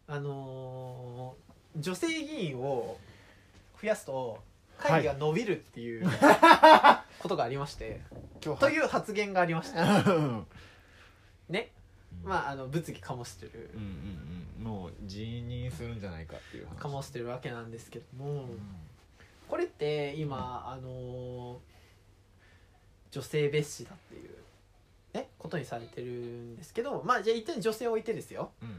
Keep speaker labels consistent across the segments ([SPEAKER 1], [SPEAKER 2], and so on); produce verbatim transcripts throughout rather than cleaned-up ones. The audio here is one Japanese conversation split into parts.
[SPEAKER 1] あのー、女性議員を増やすと会議が伸びるっていう、はい、ことがありましてという発言がありましたね、うん、まああの物議かもしてる、
[SPEAKER 2] うんうんうん、もう辞任するんじゃないかっていう話
[SPEAKER 1] かもしてるわけなんですけども、うん、これって今、うん、あのー、女性蔑視だっていうねことにされてるんですけど、まあじゃあ一旦女性を置いてですよ、うん、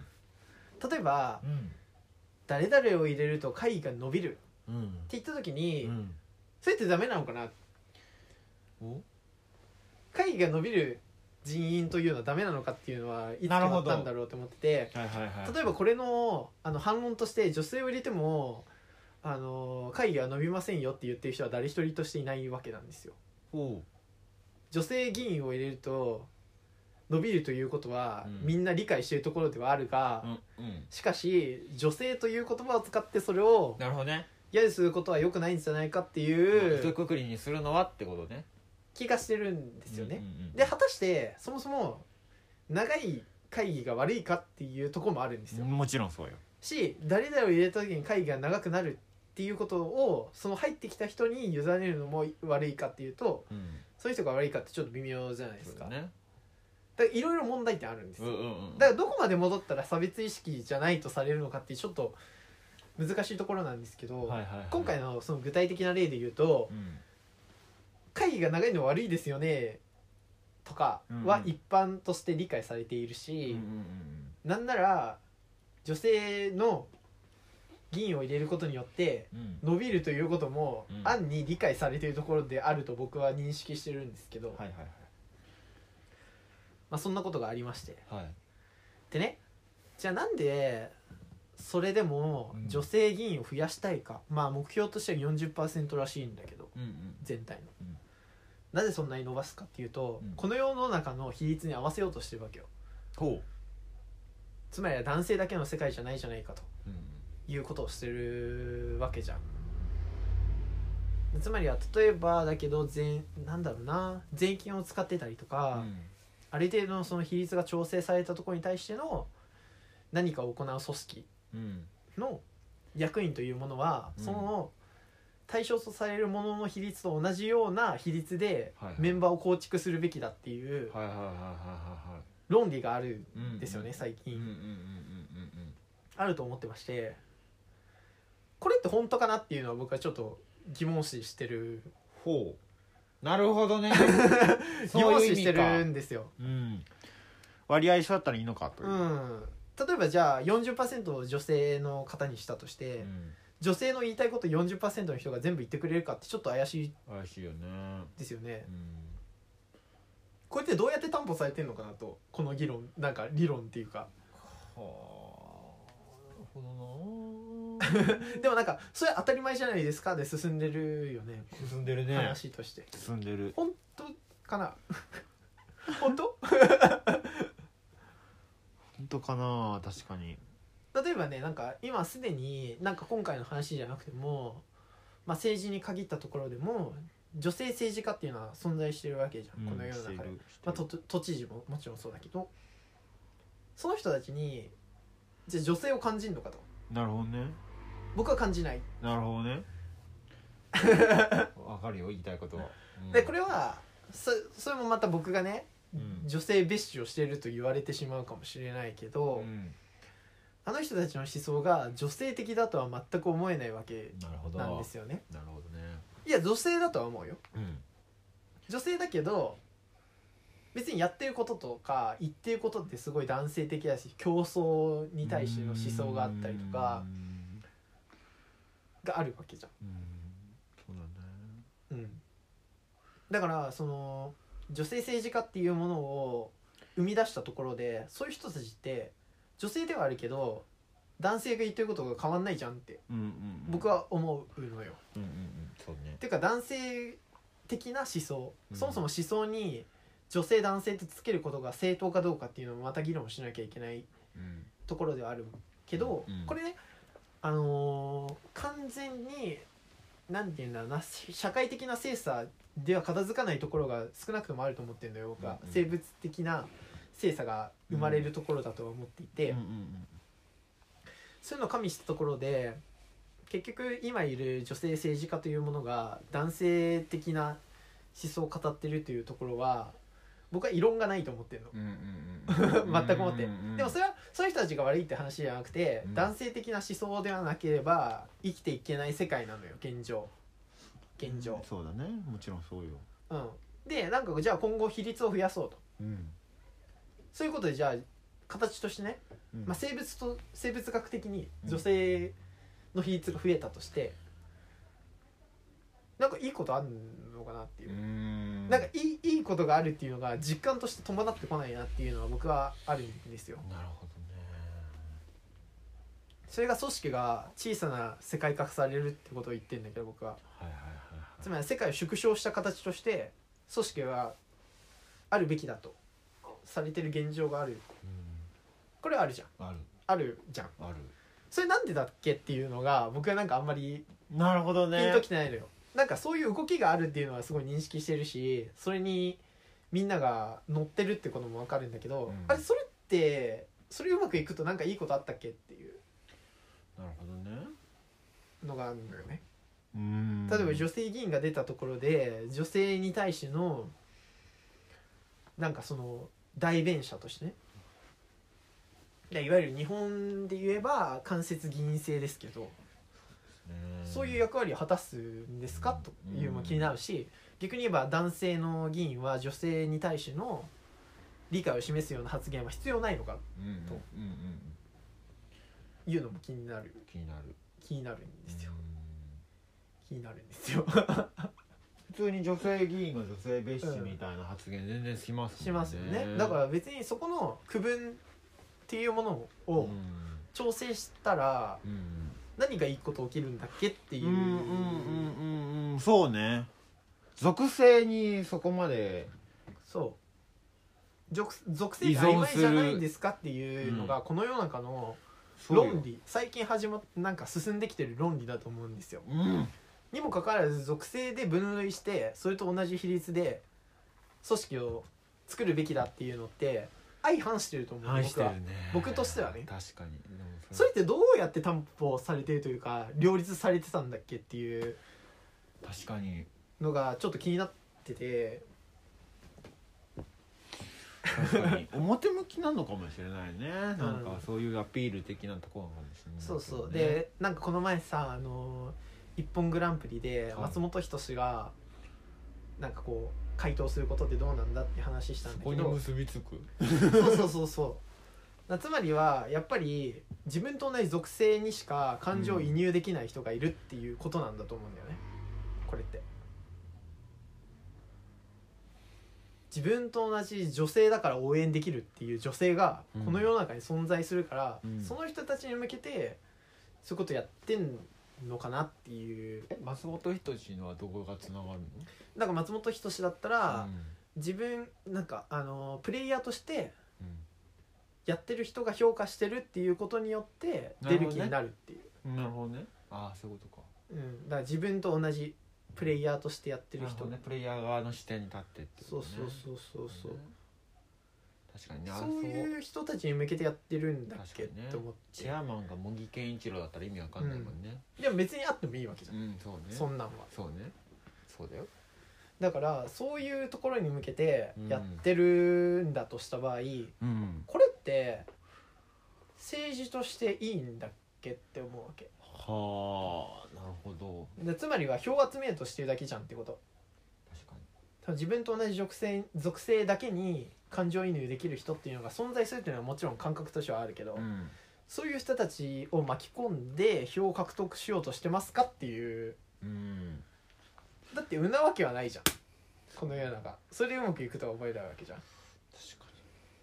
[SPEAKER 1] 例えば、うん、誰々を入れると会議が伸びる、うん、って言った時に、うん、それってダメなのかな。お会議が伸びる人員というのはダメなのかっていうのはいつ決まったんだろうと思ってて、はいはいはい、例えばこれ の, あの反論として女性を入れてもあの会議は伸びませんよって言ってる人は誰一人としていないわけなんですよ。お女性議員を入れると伸びるということは、うん、みんな理解しているところではあるが、うんうん、しかし女性という言葉を使ってそれを
[SPEAKER 2] なるほどね
[SPEAKER 1] 揶揄することは良くないんじゃないかっていう
[SPEAKER 2] 一括りにするのはってことね
[SPEAKER 1] 気がしてるんですよね、うんうんうん、で果たしてそもそも長い会議が悪いかっていうところもあるんですよ。
[SPEAKER 2] もちろんそうよ
[SPEAKER 1] し誰々を入れた時に会議が長くなるっていうことをその入ってきた人に委ねるのも悪いかっていうと、うん、そういう人が悪いかってちょっと微妙じゃないですか。ね、だからいろいろ問題点あるんですよ、うんうんうん、だからどこまで戻ったら差別意識じゃないとされるのかってちょっと難しいところなんですけど、はいはいはい、今回のその具体的な例で言うと、うん、会議が長いのは悪いですよねとかは一般として理解されているし、うんうんうん、なんなら女性の議員を入れることによって伸びるということも暗に理解されているところであると僕は認識してるんですけど、はいはいはい、まあ、そんなことがありまして、はい、でね、じゃあなんでそれでも女性議員を増やしたいか、うん、まあ目標としては よんじゅっパーセント らしいんだけど、うんうん、全体の、うん、なぜそんなに伸ばすかっていうと、うん、この世の中の比率に合わせようとしてるわけよ。ほう、つまりは男性だけの世界じゃないじゃないかと、うん、いうことをしてるわけじゃん。つまりは例えばだけど税なんだろうな税金を使ってたりとか、うん、ある程度のその比率が調整されたところに対しての何かを行う組織の役員というものは、うん、その対象とされるものの比率と同じような比率でメンバーを構築するべきだっていう論理があるんですよね、最近あると思ってまして、これって本当かなっていうのは僕はちょっと疑問視してる。
[SPEAKER 2] ほう、なるほどね
[SPEAKER 1] 疑問視してるんですよ、
[SPEAKER 2] うん、割合一緒だったらいいのかという、
[SPEAKER 1] うん、例えばじゃあ よんじゅっパーセント を女性の方にしたとして、うん、女性の言いたいこと よんじゅっパーセント の人が全部言ってくれるかってちょっと怪しい
[SPEAKER 2] 怪しいよね
[SPEAKER 1] ですよね、うん、これってどうやって担保されてるのかなと、この議論なんか理論っていうか、はあ、なるほどなでもなんかそれ当たり前じゃないですかで進んでるよね。
[SPEAKER 2] 進んでるね、
[SPEAKER 1] 話として
[SPEAKER 2] 進んでる。
[SPEAKER 1] 本当かな本当
[SPEAKER 2] 本当かな。確かに
[SPEAKER 1] 例えばね、なんか今すでになんか今回の話じゃなくても、まあ、政治に限ったところでも女性政治家っていうのは存在してるわけじゃん、うん、この世の中で、まあ、都, 都知事ももちろんそうだけど、その人たちにじゃあ女性を感じるのかと。
[SPEAKER 2] なるほどね。
[SPEAKER 1] 僕は感じない。
[SPEAKER 2] なるほどねわかるよ言いたいことは、
[SPEAKER 1] うん、でこれは そ, それもまた僕がね、うん、女性蔑視をしていると言われてしまうかもしれないけど、うん、あの人たちの思想が女性的だとは全く思えないわけなんですよね。
[SPEAKER 2] なるほどね。
[SPEAKER 1] いや女性だとは思うよ、うん、女性だけど別にやってることとか言ってることってすごい男性的だし、競争に対しての思想があったりとかがあるわけじゃん。うん、そうだね。うん。だからその女性政治家っていうものを生み出したところで、そういう人たちって女性ではあるけど男性が言ってることが変わんないじゃんって、うんうんうん、僕は思うのよ。うんうんうん、そうね。てか男性的な思想、うん、そもそも思想に女性男性ってつけることが正当かどうかっていうのをまた議論しなきゃいけないところではあるけど、うん、これね、あのー、完全になんていうんだろうな、社会的な精査では片付かないところが少なくともあると思ってるのよ、僕は、うんうん、生物的な精査が生まれるところだとは思っていて、うんうんうん、 そういうのを加味したところで結局今いる女性政治家というものが男性的な思想を語ってるというところは僕は異論がないと思ってるの、
[SPEAKER 2] うんうんうん、
[SPEAKER 1] 全く思って、
[SPEAKER 2] うんうんうん、
[SPEAKER 1] でもそれはそういう人たちが悪いって話じゃなくて、
[SPEAKER 2] うん、
[SPEAKER 1] 男性的な思想ではなければ生きていけない世界なのよ現状現状、
[SPEAKER 2] うん、そうだねもちろんそうよ、
[SPEAKER 1] うん、でなんかじゃあ今後比率を増やそうと、
[SPEAKER 2] うん、
[SPEAKER 1] そういうことでじゃあ形としてね、
[SPEAKER 2] うん、
[SPEAKER 1] まあ、生物と生物学的に女性の比率が増えたとしてなんかいいことあるのかなっていう、
[SPEAKER 2] うーん、
[SPEAKER 1] なんかいい、いいことがあるっていうのが実感として伴ってこないなっていうのは僕はあるんですよ。
[SPEAKER 2] なるほどね。
[SPEAKER 1] それが組織が小さな世界化されるってことを言ってるんだけど僕は、
[SPEAKER 2] はいはいはいはい、
[SPEAKER 1] つまり世界を縮小した形として組織があるべきだとされてる現状がある、
[SPEAKER 2] うん、
[SPEAKER 1] これはあるじゃん
[SPEAKER 2] ある
[SPEAKER 1] あるじゃん
[SPEAKER 2] ある、
[SPEAKER 1] それなんでだっけっていうのが僕はなんかあんまり
[SPEAKER 2] なるほどね、
[SPEAKER 1] ピンときてないのよ。なんかそういう動きがあるっていうのはすごい認識してるしそれにみんなが乗ってるってことも分かるんだけど、うん、あれそれってそれうまくいくとなんかいいことあったっけっていう
[SPEAKER 2] なるほどね
[SPEAKER 1] のがあるんだよね。
[SPEAKER 2] うーん、
[SPEAKER 1] 例えば女性議員が出たところで女性に対してのなんかその代弁者としてね、いわゆる日本で言えば間接議員制ですけど、そういう役割を果たすんですかというのも気になるし、逆に言えば男性の議員は女性に対しての理解を示すような発言は必要ないのかというのも気になる
[SPEAKER 2] 気になる
[SPEAKER 1] 気になるんですよ。気になるんですよ
[SPEAKER 2] 普通に女性議員が女性蔑視みたいな発言全然しますもんね、
[SPEAKER 1] しますよね。だから別にそこの区分っていうものを調整したら何がいいこと起きるんだっけっていう、うんうんうん
[SPEAKER 2] うんうん、そうね、属性にそこまで
[SPEAKER 1] そう属性が曖昧じゃないんですかっていうのがこの世の中の論理、最近始まっなんか進んできてる論理だと思うんですよ、
[SPEAKER 2] うん、
[SPEAKER 1] にもかかわらず属性で分類してそれと同じ比率で組織を作るべきだっていうのって相反してると思う。僕は、僕としてはね。
[SPEAKER 2] 確かに。
[SPEAKER 1] それってどうやって担保されてるというか両立されてたんだっけっていう
[SPEAKER 2] 確かに
[SPEAKER 1] のがちょっと気になってて、
[SPEAKER 2] 確かに表向きなのかもしれないね、うん、なんかそういうアピール的なところかもしれない、ね、
[SPEAKER 1] そうそうでなんかこの前さあの一本グランプリで松本人志がなんかこう回答することってどうなんだって話したんだけど、
[SPEAKER 2] そこに結びつく
[SPEAKER 1] そうそうそうそうつまりはやっぱり自分と同じ属性にしか感情を移入できない人がいるっていうことなんだと思うんだよね、これって。自分と同じ女性だから応援できるっていう女性がこの世の中に存在するから、うん、その人たちに向けてそういうことやってんのかなっていう。
[SPEAKER 2] 松本人志のはどこがつながるの？
[SPEAKER 1] だから松本人志だったら、うん、自分なんかあのプレイヤーとしてやってる人が評価してるっていうことによって出る気になるっていう。
[SPEAKER 2] なるほどね。ああそういうことか。
[SPEAKER 1] うん、だから自分と同じプレイヤーとしてやってる人、
[SPEAKER 2] ね、プレイヤー側の視点に立ってってことね。
[SPEAKER 1] そうそうそうそうそう、ね、
[SPEAKER 2] 確かにね。
[SPEAKER 1] そういう人たちに向けてやってるんだっけ、ね、って思って。
[SPEAKER 2] チェアマンが茂木健一郎だったら意味わかんないもんね、
[SPEAKER 1] うん、でも別にあってもいいわけじゃん、
[SPEAKER 2] うん、そうね、
[SPEAKER 1] そんなんは。
[SPEAKER 2] そうね、そうだよ。
[SPEAKER 1] だからそういうところに向けてやってるんだとした場合、うん、これって政治としていいんだっけって思うわけ。
[SPEAKER 2] はあ、なるほど。
[SPEAKER 1] でつまりは票を集めようとしてるだけじゃんってこと。
[SPEAKER 2] 確かに。
[SPEAKER 1] 多分自分と同じ属性、属性だけに感情移入できる人っていうのが存在するっていうのはもちろん感覚としてはあるけど、うん、そういう人たちを巻き込んで票を獲得しようとしてますかっていう、うん、だってうなわけはないじゃんこの世の中。それでうまくいくとは思えないわけじゃん。
[SPEAKER 2] 確かに。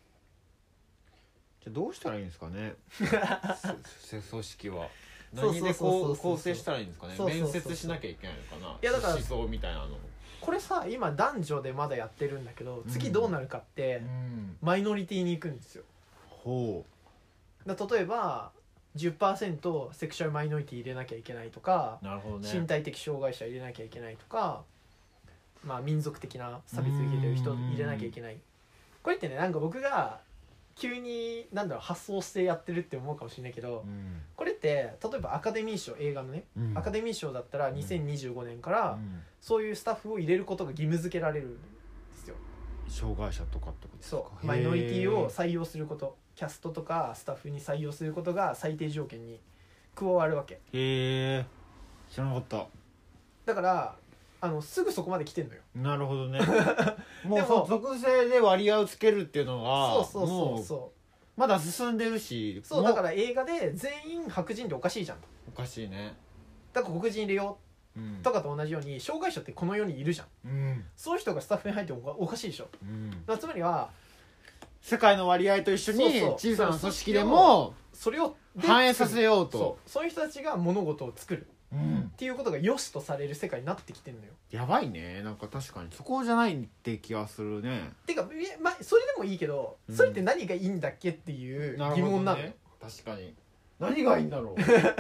[SPEAKER 2] じゃあどうしたらいいんですかね組織は何でこう構成したらいいんですかね。面接しなきゃいけないのかな。
[SPEAKER 1] いやだから
[SPEAKER 2] 思想みたいなの
[SPEAKER 1] これさ今男女でまだやってるんだけど次どうなるかって、うん、マイノリティに行くんですよ。
[SPEAKER 2] ほ
[SPEAKER 1] うだ例えば じゅっパーセント セクシュアルマイノリティ入れなきゃいけないとか、
[SPEAKER 2] なるほどね、
[SPEAKER 1] 身体的障害者入れなきゃいけないとか、まあ、民族的な差別を受けてる人入れなきゃいけない。これってねなんか僕が急になんだろう発想してやってるって思うかもしれないけど、うん、これってって例えばアカデミー賞映画のね、
[SPEAKER 2] うん、
[SPEAKER 1] アカデミー賞だったらにせんにじゅうごねんから
[SPEAKER 2] うん
[SPEAKER 1] そういうスタッフを入れることが義務付けられるんですよ。
[SPEAKER 2] 障害者とかってことですか。
[SPEAKER 1] そうマイノリティを採用すること、キャストとかスタッフに採用することが最低条件に加わるわけ。
[SPEAKER 2] へえ知らなかった。
[SPEAKER 1] だからあのすぐそこまで来てんのよ。
[SPEAKER 2] なるほどねもう
[SPEAKER 1] でも
[SPEAKER 2] そう属性で割合をつけるっていうのが
[SPEAKER 1] そうそうそう
[SPEAKER 2] もう
[SPEAKER 1] そう
[SPEAKER 2] まだ進んでるし、
[SPEAKER 1] そう
[SPEAKER 2] も
[SPEAKER 1] だから映画で全員白人っておかしいじゃん。
[SPEAKER 2] おかしいね、
[SPEAKER 1] だから黒人入れよ
[SPEAKER 2] うん
[SPEAKER 1] うとかと同じように障害者ってこの世にいるじゃん。
[SPEAKER 2] うん
[SPEAKER 1] そういう人がスタッフに入ってもおかしいでしょ。
[SPEAKER 2] うん、
[SPEAKER 1] だからつまりは
[SPEAKER 2] 世界の割合と一緒に
[SPEAKER 1] そうそう
[SPEAKER 2] 小さな組織でも
[SPEAKER 1] それをで
[SPEAKER 2] 反映させよう
[SPEAKER 1] そ
[SPEAKER 2] と
[SPEAKER 1] うそういう人たちが物事を作る
[SPEAKER 2] うん
[SPEAKER 1] っていうことが良しとされる世界になってきてるのよ。
[SPEAKER 2] やばいね。なんか確かにそこじゃないって気がするね。
[SPEAKER 1] てか、えまあ、それでもいいけど、
[SPEAKER 2] うん
[SPEAKER 1] それって何がいいんだっけっていう疑問なのよ、
[SPEAKER 2] ね、確かに何がいいんだろう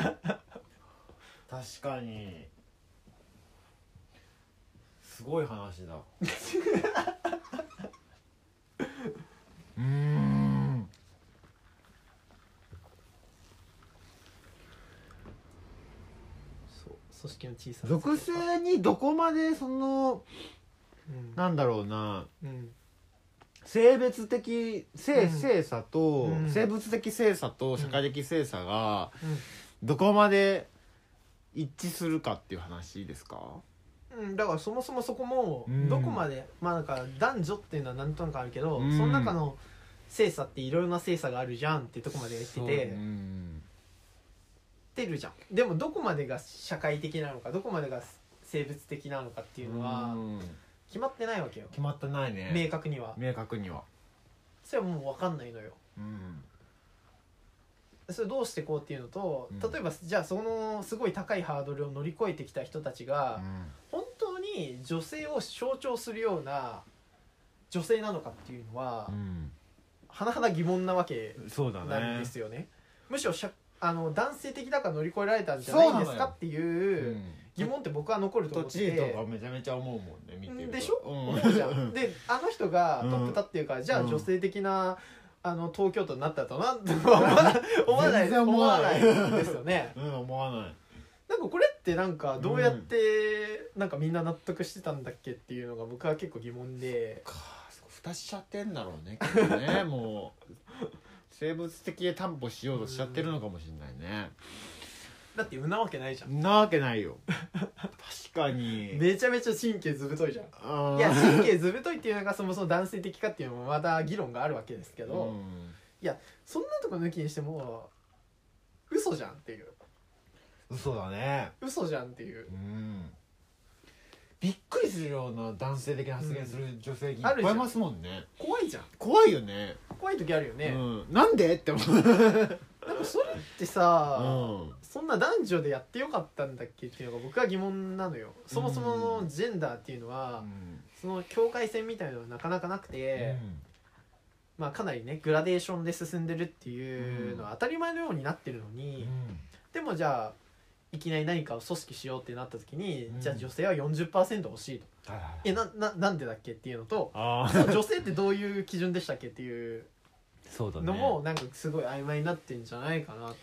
[SPEAKER 2] 確かにすごい話だうーん
[SPEAKER 1] そう組織の小さな
[SPEAKER 2] 属性にどこまでその
[SPEAKER 1] うん
[SPEAKER 2] なんだろうな
[SPEAKER 1] うん
[SPEAKER 2] 性別的性、
[SPEAKER 1] うん
[SPEAKER 2] 性差と、
[SPEAKER 1] うん
[SPEAKER 2] 生物的性差と社会的性差が
[SPEAKER 1] うん
[SPEAKER 2] どこまで一致するかっていう話ですか。
[SPEAKER 1] うん、だからそもそもそこも
[SPEAKER 2] うん
[SPEAKER 1] どこまで、まあなんか男女っていうのはなんとなくあるけど、
[SPEAKER 2] うん
[SPEAKER 1] その中の性差っていろいろな性差があるじゃんっていうとこまで言って
[SPEAKER 2] そう
[SPEAKER 1] て、
[SPEAKER 2] うん
[SPEAKER 1] てるじゃん。でもどこまでが社会的なのかどこまでが生物的なのかっていうのは
[SPEAKER 2] うん
[SPEAKER 1] 決まってないわけよ、
[SPEAKER 2] 決まってないね。
[SPEAKER 1] 明確には。
[SPEAKER 2] 明確には。
[SPEAKER 1] それはもう分かんないのよ。
[SPEAKER 2] うん
[SPEAKER 1] それどうしてこうっていうのと、
[SPEAKER 2] うん
[SPEAKER 1] 例えばじゃあそのすごい高いハードルを乗り越えてきた人たちが、本当に女性を象徴するような女性なのかっていうのは、
[SPEAKER 2] うん
[SPEAKER 1] 甚だ疑問なわけ
[SPEAKER 2] うん、そうだね。
[SPEAKER 1] なんですよね。むしろしゃあの男性的だから乗り越えられたんじゃないんです
[SPEAKER 2] そうなのよ
[SPEAKER 1] かっていう疑問って僕は残ると思って
[SPEAKER 2] とチート
[SPEAKER 1] て
[SPEAKER 2] がめちゃめちゃ思うもんね見てると。
[SPEAKER 1] でしょ、
[SPEAKER 2] うん、
[SPEAKER 1] 思うじゃん。であの人がトップ立っていうから、じゃあ
[SPEAKER 2] うん
[SPEAKER 1] 女性的なあの東京都になったとなって思わない思わない
[SPEAKER 2] 全然思わない
[SPEAKER 1] ですよね。
[SPEAKER 2] うん思わない。
[SPEAKER 1] なんかこれってなんかどうやってなんかみんな納得してたんだっけっていうのが僕は結構疑問で、
[SPEAKER 2] かそこ蓋しちゃってんだろうねきっとねもう生物的で担保しようとしちゃってるのかもしれないね。
[SPEAKER 1] だってうなわけないじゃん。
[SPEAKER 2] なわけないよ確かに。
[SPEAKER 1] めちゃめちゃ神経ずぶといじゃん。
[SPEAKER 2] あー
[SPEAKER 1] いや神経ずぶといっていうのがそもそも男性的かっていうのもまた議論があるわけですけど、
[SPEAKER 2] うん
[SPEAKER 1] そんなとこ抜きにしても嘘じゃんっていう
[SPEAKER 2] 嘘だね。
[SPEAKER 1] 嘘じゃんっていう
[SPEAKER 2] うんびっくりするような男性的な発言する女性議員
[SPEAKER 1] あるじゃん
[SPEAKER 2] いっぱいいますもんね。
[SPEAKER 1] 怖いじゃん。
[SPEAKER 2] 怖いよね。
[SPEAKER 1] 怖い時あるよね、
[SPEAKER 2] うん、なんでって思う、
[SPEAKER 1] なんかそれってさ、
[SPEAKER 2] うん
[SPEAKER 1] そんな男女でやってよかったんだっけっていうのが僕は疑問なのよ。そもそものジェンダーっていうのは、その境界線みたいなのはなかなかなくて、まあかなりねグラデーションで進んでるっていうのは当たり前のようになってるのに、でもじゃあいきなり何かを組織しようってなった時に、
[SPEAKER 2] うん
[SPEAKER 1] じゃあ女性は よんじゅっパーセント 欲しいと、
[SPEAKER 2] はいはい
[SPEAKER 1] えなななんでだっけっていうのと
[SPEAKER 2] あ
[SPEAKER 1] その女性ってどういう基準でしたっけっていう
[SPEAKER 2] そうだね
[SPEAKER 1] のもなんかすごい曖昧になってんじゃないかなと思って。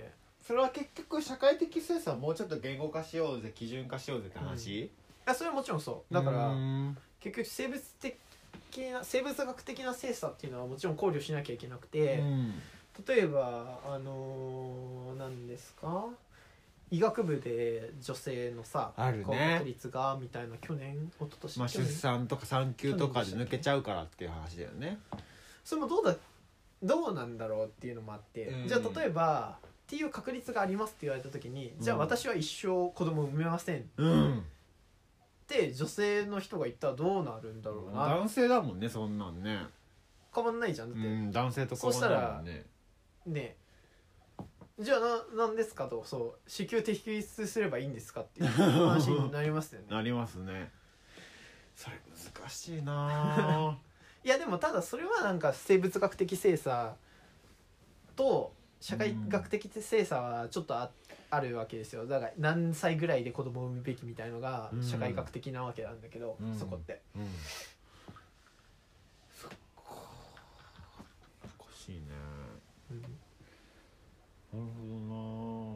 [SPEAKER 2] それは結局社会的性差をもうちょっと言語化しようぜ基準化しようぜって話、
[SPEAKER 1] あそれはもちろんそうだから
[SPEAKER 2] うん
[SPEAKER 1] 結局生物的な生物学的な性差っていうのはもちろん考慮しなきゃいけなくて、
[SPEAKER 2] うん
[SPEAKER 1] 例えばあのー、何ですか医学部で女性のさ
[SPEAKER 2] あるね
[SPEAKER 1] 合格率がみたいな去年一昨年、
[SPEAKER 2] まあ、
[SPEAKER 1] 去年
[SPEAKER 2] 出産とか産休とかで抜けちゃうからっていう話だよね。
[SPEAKER 1] それもどうだどうなんだろうっていうのもあって、
[SPEAKER 2] うん
[SPEAKER 1] じゃあ例えばっていう確率がありますって言われた時に、じゃあ
[SPEAKER 2] うん
[SPEAKER 1] 私は一生子供産めませんっ
[SPEAKER 2] うん
[SPEAKER 1] て女性の人が言ったらどうなるんだろうな。
[SPEAKER 2] 男性だもんねそんなんね。
[SPEAKER 1] 変わんないじゃんだって、
[SPEAKER 2] うん男性と変わんないもんね。
[SPEAKER 1] ねじゃあな何ですかと、そう子宮摘出すればいいんですかっていう話になりますよね。
[SPEAKER 2] なりますね。それ難しいな。
[SPEAKER 1] いやでもただそれはなんか生物学的性差と社会学的性差はちょっと あ, あるわけですよ。だから何歳ぐらいで子供を産むべきみたいのが社会学的なわけなんだけど、
[SPEAKER 2] うん
[SPEAKER 1] そこって
[SPEAKER 2] うんそっか難しいね。
[SPEAKER 1] うん
[SPEAKER 2] なるほどな。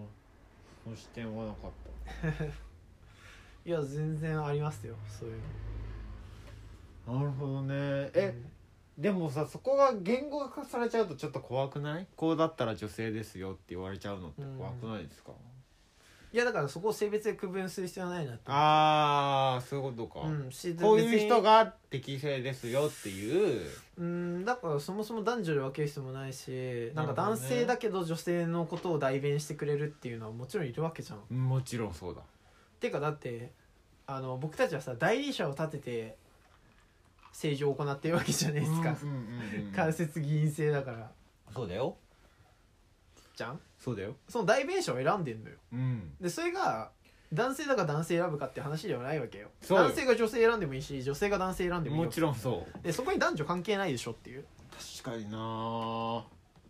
[SPEAKER 2] 視点はなかった
[SPEAKER 1] いや全然ありますよそういう
[SPEAKER 2] なるほどねえ、うん、でもさそこが言語化されちゃうとちょっと怖くない？こうだったら女性ですよって言われちゃうのって怖くないですか？
[SPEAKER 1] うん、いやだからそこを性別で区分する必要はないなって
[SPEAKER 2] ああそういうことか、うん、こういう人が適正ですよっていう
[SPEAKER 1] うんだからそもそも男女で分ける必要もないしなんか男性だけど女性のことを代弁してくれるっていうのはもちろんいるわけじゃん。
[SPEAKER 2] もちろんそうだ
[SPEAKER 1] てかだってあの僕たちはさ代理者を立てて政治を行ってるわけじゃないですか、うんうんうんうん、間接議員制だから
[SPEAKER 2] そうだよ
[SPEAKER 1] じゃん
[SPEAKER 2] そうだよ
[SPEAKER 1] その代弁者を選んでんのよ、
[SPEAKER 2] うん、
[SPEAKER 1] でそれが男性だから男性選ぶかって話ではないわけよ。男性が女性選んでもいいし女性が男性選んでもいい
[SPEAKER 2] もちろんそう
[SPEAKER 1] でそこに男女関係ないでしょっていう。
[SPEAKER 2] 確かにな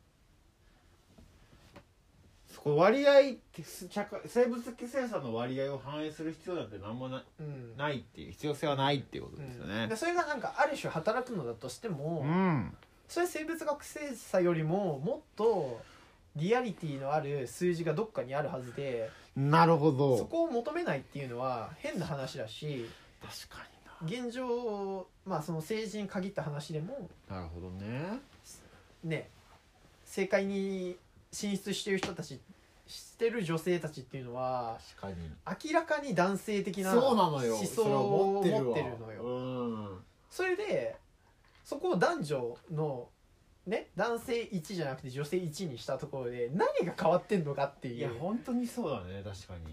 [SPEAKER 2] そこ割合って生物的生産の割合を反映する必要なんて何も な,、うん、ないっていう必要性はないっていうことですよね、
[SPEAKER 1] うん、でそれがなんかある種働くのだとしても、
[SPEAKER 2] うん、
[SPEAKER 1] それ生物学精査よりももっとリアリティのある数字がどっかにあるはずで
[SPEAKER 2] なるほど
[SPEAKER 1] そこを求めないっていうのは変な話だし
[SPEAKER 2] 確かに
[SPEAKER 1] な現状まあその政治に限った話でも
[SPEAKER 2] なるほどね
[SPEAKER 1] ね政界に進出してる人たちしてる女性たちっていうのは
[SPEAKER 2] 確かに
[SPEAKER 1] 明らかに男性的な思想を持ってるのよ。
[SPEAKER 2] うん、
[SPEAKER 1] それでそこを男女のね、男性いちじゃなくて女性いちにしたところで何が変わってんのかっていう。
[SPEAKER 2] いや本当にそうだね確かに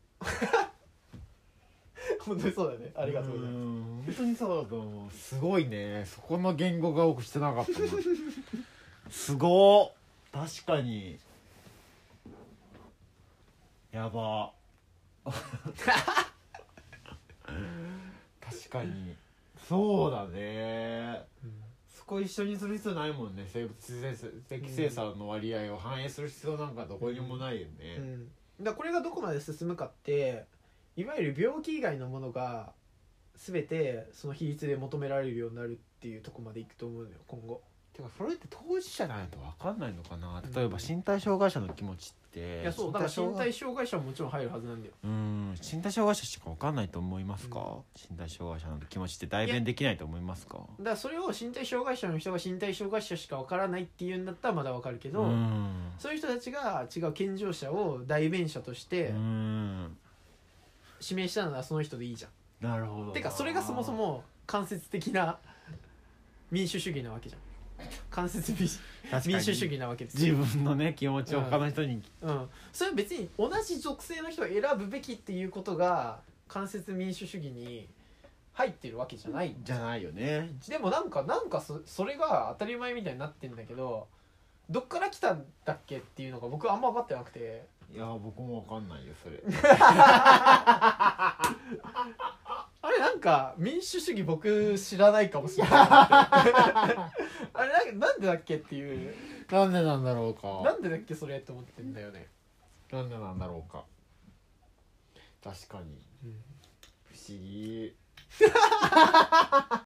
[SPEAKER 1] 本当にそうだねありがとうございます。
[SPEAKER 2] 本当にそうだと思うすごいねそこの言語が多くしてなかったすごー確かにやば確かにそうだね、うんそこ一緒にする必要ないもんね生物的生産の割合を反映する必要なんかどこにもないよね、
[SPEAKER 1] うんうん、だからこれがどこまで進むかっていわゆる病気以外のものが全てその比率で求められるようになるっていうところまでいくと思うのよ今後。
[SPEAKER 2] てかそれって当事者じゃないと分かんないのかな。例えば身体障害者の気持ちって、
[SPEAKER 1] うん、いやそうだから身体障害者はもちろん入るはずなんだよ。
[SPEAKER 2] うん身体障害者しか分かんないと思いますか、うん、身体障害者の気持ちって代弁できないと思いますか。
[SPEAKER 1] だからそれを身体障害者の人が身体障害者しか分からないっていうんだったらまだ分かるけど、うん、そういう人たちが違う健常者を代弁者として指名したのはその人でいいじゃん。
[SPEAKER 2] なるほど。
[SPEAKER 1] てかそれがそもそも間接的な民主主義なわけじゃん。間接民主主義なわけです
[SPEAKER 2] 自分のね気持ちを他の人に、
[SPEAKER 1] うんうん、それは別に同じ属性の人を選ぶべきっていうことが間接民主主義に入ってるわけじゃない
[SPEAKER 2] じゃないよね。
[SPEAKER 1] でもなんかなんか そ, それが当たり前みたいになってんだけどどっから来たんだっけっていうのが僕はあんま分かってなくて。
[SPEAKER 2] いや僕も分かんないよそれ
[SPEAKER 1] あれなんか民主主義僕知らないかもしれないあれなんでだっけっていう
[SPEAKER 2] なんでなんだろうか
[SPEAKER 1] なんでだっけそれって思ってんだよね。
[SPEAKER 2] なんでなんだろうか確かに、うん、不思議